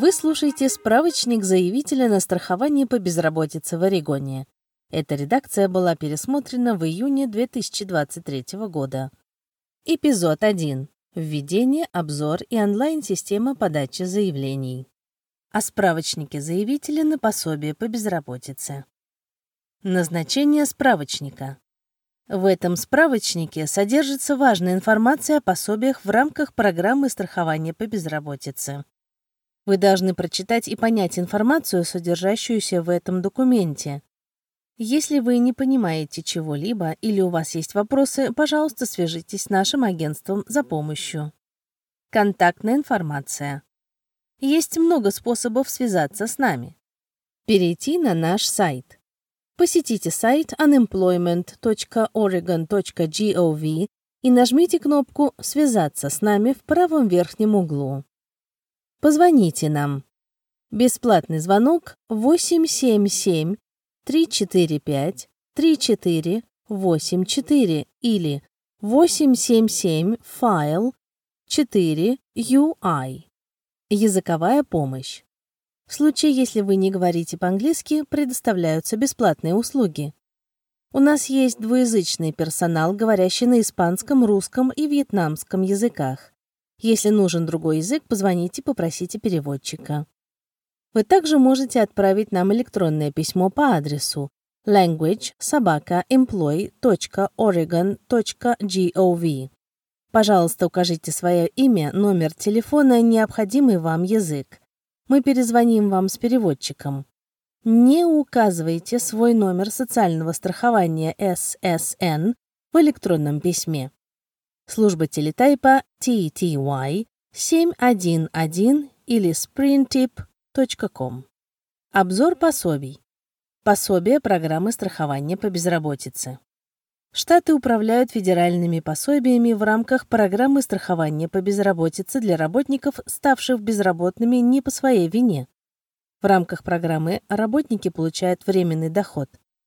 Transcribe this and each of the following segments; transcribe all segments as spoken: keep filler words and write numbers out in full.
Вы слушаете справочник заявителя на страхование по безработице в Орегоне. Эта редакция была пересмотрена в июне две тысячи двадцать третьего года. Эпизод один. Введение, обзор и онлайн-система подачи заявлений. О справочнике заявителя на пособие по безработице. Назначение справочника. В этом справочнике содержится важная информация о пособиях в рамках программы страхования по безработице. Вы должны прочитать и понять информацию, содержащуюся в этом документе. Если вы не понимаете чего-либо или у вас есть вопросы, пожалуйста, свяжитесь с нашим агентством за помощью. Контактная информация. Есть много способов связаться с нами. Перейти на наш сайт. Посетите сайт unemployment точка oregon точка gov и нажмите кнопку «Связаться с нами» в правом верхнем углу. Позвоните нам. Бесплатный звонок восемь семь семь три четыре пять три четыре восемь четыре или восемь семь семь файл четыре ю ай. Языковая помощь. В случае, если вы не говорите по-английски, предоставляются бесплатные услуги. У нас есть двуязычный персонал, говорящий на испанском, русском и вьетнамском языках. Если нужен другой язык, позвоните, попросите переводчика. Вы также можете отправить нам электронное письмо по адресу language собака employ точка oregon точка gov. Пожалуйста, укажите свое имя, номер телефона, необходимый вам язык. Мы перезвоним вам с переводчиком. Не указывайте свой номер социального страхования эс эс эн в электронном письме. Служба телетайпа ти ти уай семь один один или sprintip точка ком. Обзор пособий. Пособия программы страхования по безработице. Штаты управляют федеральными пособиями в рамках программы страхования по безработице для работников, ставших безработными не по своей вине. В рамках программы работники получают временный доход.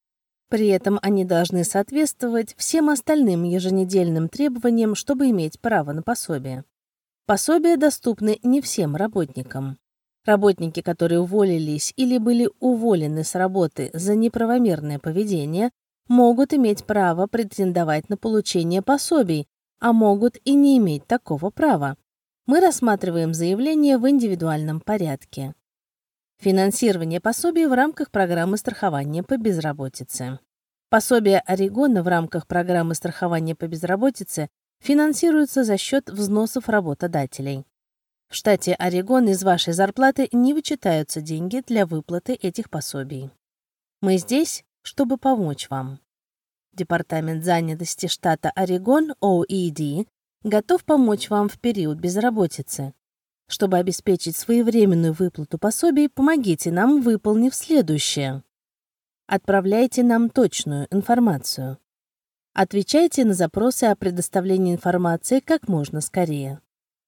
При этом они должны соответствовать всем остальным еженедельным требованиям, чтобы иметь право на пособие. Пособия доступны не всем работникам. Работники, которые уволились или были уволены с работы за неправомерное поведение, могут иметь право претендовать на получение пособий, а могут и не иметь такого права. Мы рассматриваем заявление в индивидуальном порядке. Финансирование пособий в рамках программы страхования по безработице. Пособия Орегона в рамках программы страхования по безработице финансируются за счет взносов работодателей. В штате Орегон из вашей зарплаты не вычитаются деньги для выплаты этих пособий. Мы здесь, чтобы помочь вам. Департамент занятости штата Орегон о и ди готов помочь вам в период безработицы. Чтобы обеспечить своевременную выплату пособий, помогите нам, выполнив следующее. Отправляйте нам точную информацию. Отвечайте на запросы о предоставлении информации как можно скорее.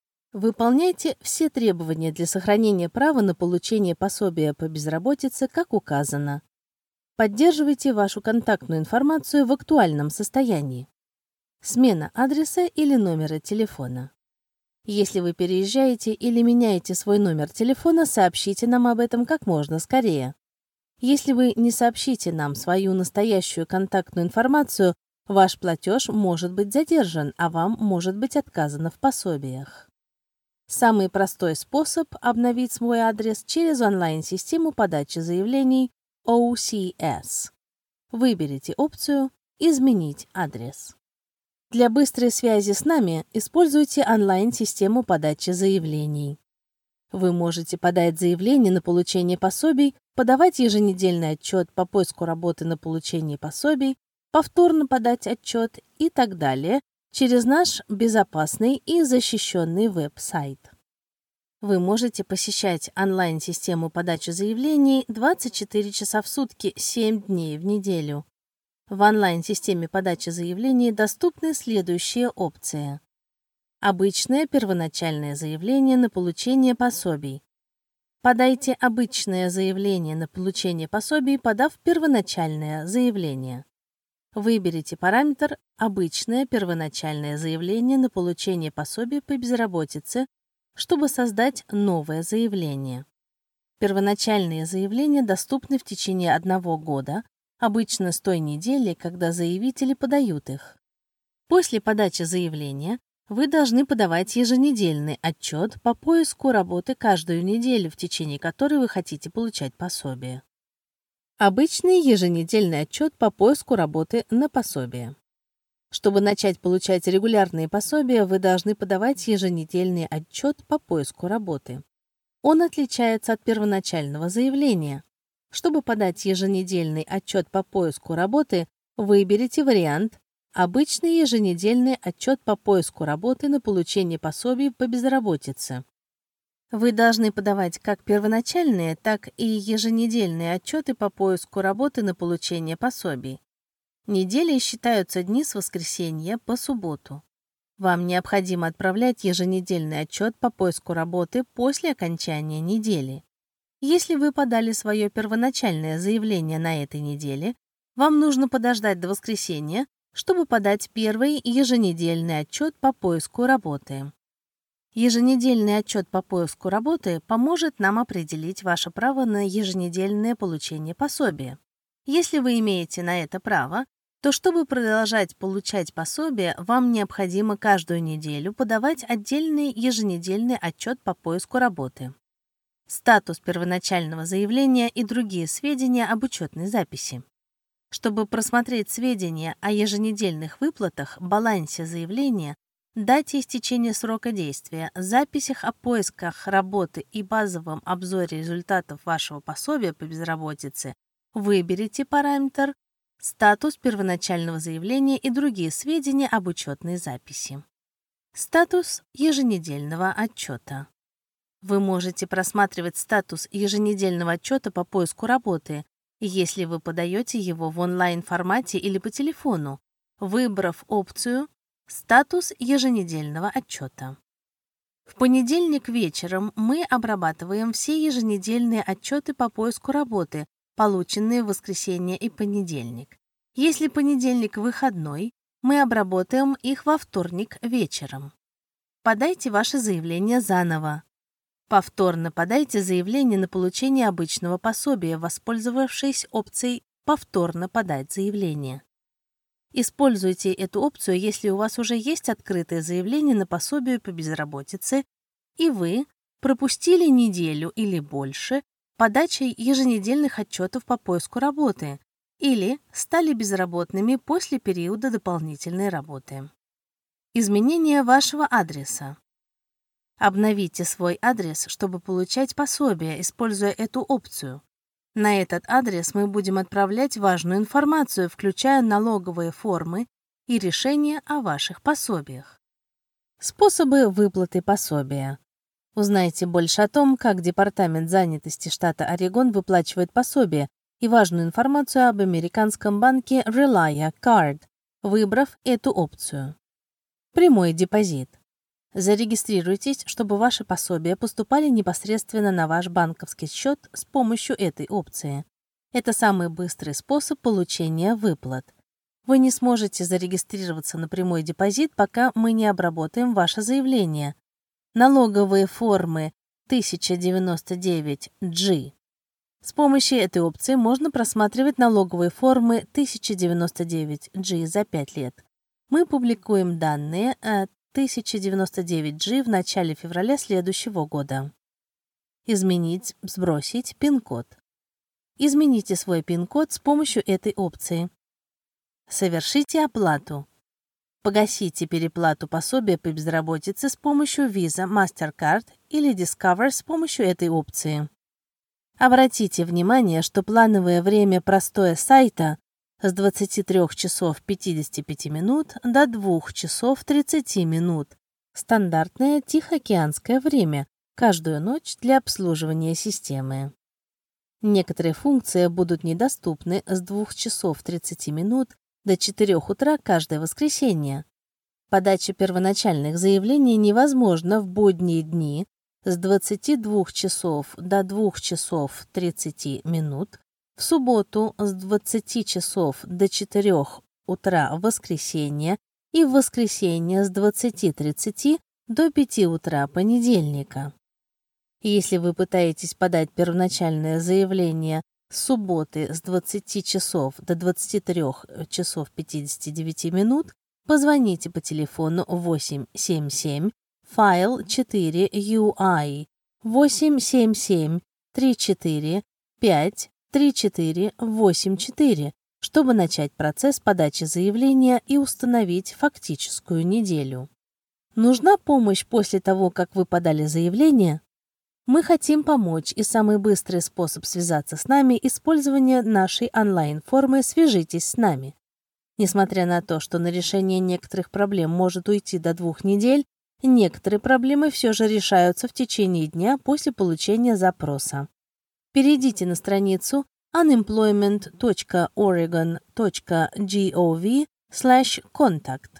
Выполняйте все требования для сохранения права на получение пособия по безработице, как указано. Поддерживайте вашу контактную информацию в актуальном состоянии. Смена адреса или номера телефона. Если вы переезжаете или меняете свой номер телефона, сообщите нам об этом как можно скорее. Если вы не сообщите нам свою настоящую контактную информацию, ваш платеж может быть задержан, а вам может быть отказано в пособиях. Самый простой способ обновить свой адрес через онлайн-систему подачи заявлений о си эс. Выберите опцию «Изменить адрес». Для быстрой связи с нами используйте онлайн-систему подачи заявлений. Вы можете подать заявление на получение пособий, подавать еженедельный отчет по поиску работы на получение пособий, повторно подать отчет и так далее через наш безопасный и защищенный веб-сайт. Вы можете посещать онлайн-систему подачи заявлений двадцать четыре часа в сутки, семь дней в неделю. В онлайн-системе подачи заявлений доступны следующие опции. Обычное первоначальное заявление на получение пособий. Подайте обычное заявление на получение пособий, подав первоначальное заявление. Выберите параметр «Обычное первоначальное заявление на получение пособия по безработице», чтобы создать новое заявление. Первоначальные заявления доступны в течение одного года, обычно с той недели, когда заявители подают их. После подачи заявления вы должны подавать еженедельный отчет по поиску работы каждую неделю, в течение которой вы хотите получать пособие. Обычный еженедельный отчет по поиску работы на пособие. Чтобы начать получать регулярные пособия, вы должны подавать еженедельный отчет по поиску работы. Он отличается от первоначального заявления. Чтобы подать еженедельный отчет по поиску работы, выберите вариант «Обычный еженедельный отчет по поиску работы на получение пособий по безработице». Вы должны подавать как первоначальные, так и еженедельные отчеты по поиску работы на получение пособий. Неделей считаются дни с воскресенья по субботу. Вам необходимо отправлять еженедельный отчет по поиску работы после окончания недели. Если вы подали свое первоначальное заявление на этой неделе, вам нужно подождать до воскресенья, чтобы подать первый еженедельный отчет по поиску работы. Еженедельный отчет по поиску работы поможет нам определить ваше право на еженедельное получение пособия. Если вы имеете на это право, то чтобы продолжать получать пособие, вам необходимо каждую неделю подавать отдельный еженедельный отчет по поиску работы. Статус первоначального заявления и другие сведения об учетной записи. Чтобы просмотреть сведения о еженедельных выплатах, балансе заявления, дате истечения срока действия, записях о поисках работы и базовом обзоре результатов вашего пособия по безработице, выберите параметр «Статус первоначального заявления и другие сведения об учетной записи». Статус еженедельного отчета. Вы можете просматривать статус еженедельного отчета по поиску работы, если вы подаете его в онлайн-формате или по телефону, выбрав опцию «Статус еженедельного отчета». В понедельник вечером мы обрабатываем все еженедельные отчеты по поиску работы, полученные в воскресенье и понедельник. Если понедельник выходной, мы обработаем их во вторник вечером. Подайте ваше заявление заново. Повторно подайте заявление на получение обычного пособия, воспользовавшись опцией «Повторно подать заявление». Используйте эту опцию, если у вас уже есть открытое заявление на пособие по безработице, и вы пропустили неделю или больше подачей еженедельных отчетов по поиску работы или стали безработными после периода дополнительной работы. Изменение вашего адреса. Обновите свой адрес, чтобы получать пособие, используя эту опцию. На этот адрес мы будем отправлять важную информацию, включая налоговые формы и решения о ваших пособиях. Способы выплаты пособия. Узнайте больше о том, как Департамент занятости штата Орегон выплачивает пособие, и важную информацию об американском банке Relia Card, выбрав эту опцию. Прямой депозит. Зарегистрируйтесь, чтобы ваши пособия поступали непосредственно на ваш банковский счет с помощью этой опции. Это самый быстрый способ получения выплат. Вы не сможете зарегистрироваться на прямой депозит, пока мы не обработаем ваше заявление. Налоговые формы тысяча девяносто девять джи. С помощью этой опции можно просматривать налоговые формы тысяча девяносто девять джи за пять лет. Мы публикуем данные о тысяча девяносто девять джи в начале февраля следующего года. Изменить, сбросить пин-код. Измените свой пин-код с помощью этой опции. Совершите оплату. Погасите переплату пособия по безработице с помощью Visa, MasterCard или Discover с помощью этой опции. Обратите внимание, что плановое время простоя сайта с двадцати трёх часов пятидесяти пяти минут до двух часов тридцати минут. Стандартное тихоокеанское время, каждую ночь для обслуживания системы. Некоторые функции будут недоступны с двух часов тридцати минут до четырёх утра каждое воскресенье. Подача первоначальных заявлений невозможна в будние дни с двадцати двух часов до двух часов тридцати минут, в субботу с двадцати часов до четырёх утра в воскресенье и в воскресенье с двадцати тридцати до пяти утра понедельника. Если вы пытаетесь подать первоначальное заявление с субботы с двадцати часов до двадцати трёх часов пятидесяти девяти минут, позвоните по телефону восемь семь семь файл четыре ю ай восемь семь семь три четыре пять три четыре восемь четыре, чтобы начать процесс подачи заявления и установить фактическую неделю. Нужна помощь после того, как вы подали заявление? Мы хотим помочь, и самый быстрый способ связаться с нами – использование нашей онлайн-формы «Свяжитесь с нами». Несмотря на то, что на решение некоторых проблем может уйти до двух недель, некоторые проблемы все же решаются в течение дня после получения запроса. Перейдите на страницу unemployment точка oregon точка gov слэш контакт.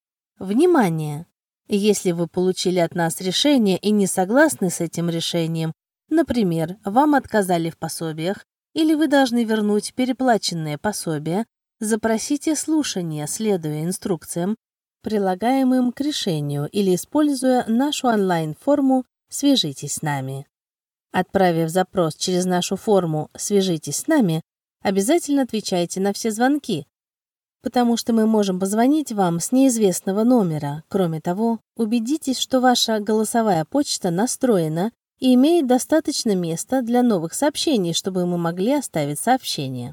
Внимание! Если вы получили от нас решение и не согласны с этим решением, например, вам отказали в пособиях или вы должны вернуть переплаченные пособия, запросите слушание, следуя инструкциям, прилагаемым к решению, или используя нашу онлайн-форму «Свяжитесь с нами». Отправив запрос через нашу форму «Свяжитесь с нами», обязательно отвечайте на все звонки, потому что мы можем позвонить вам с неизвестного номера. Кроме того, убедитесь, что ваша голосовая почта настроена и имеет достаточно места для новых сообщений, чтобы мы могли оставить сообщение.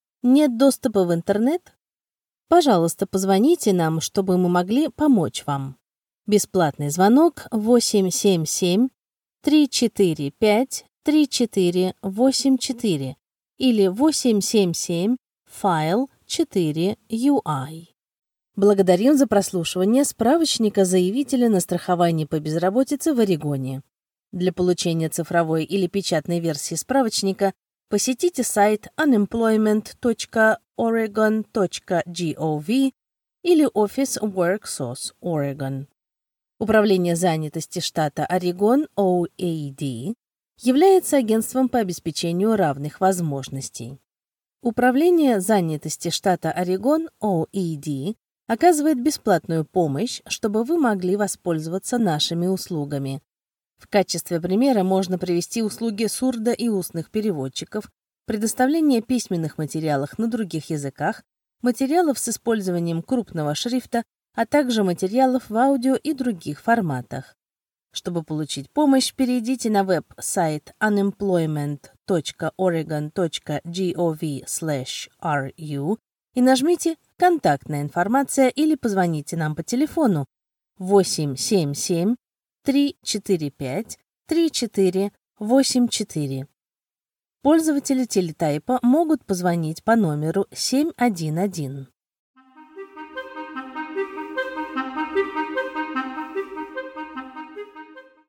Нет доступа в интернет? Пожалуйста, позвоните нам, чтобы мы могли помочь вам. Бесплатный звонок восемь семь семь три четыре пять три четыре восемь четыре или восемь семь семь файл четыре ю ай. Благодарим за прослушивание справочника заявителя на страхование по безработице в Орегоне. Для получения цифровой или печатной версии справочника посетите сайт unemployment точка oregon точка gov или офис WorkSource Oregon. Управление занятости штата Орегон о эй ди является агентством по обеспечению равных возможностей. Управление занятости штата Орегон о эй ди оказывает бесплатную помощь, чтобы вы могли воспользоваться нашими услугами. В качестве примера можно привести услуги сурдо- и устных переводчиков, предоставление письменных материалов на других языках, материалов с использованием крупного шрифта, а также материалов в аудио и других форматах. Чтобы получить помощь, перейдите на веб-сайт unemployment точка oregon точка gov слэш ру и нажмите «Контактная информация» или позвоните нам по телефону восемь семь семь три четыре пять три четыре восемь четыре. Пользователи телетайпа могут позвонить по номеру семь один один.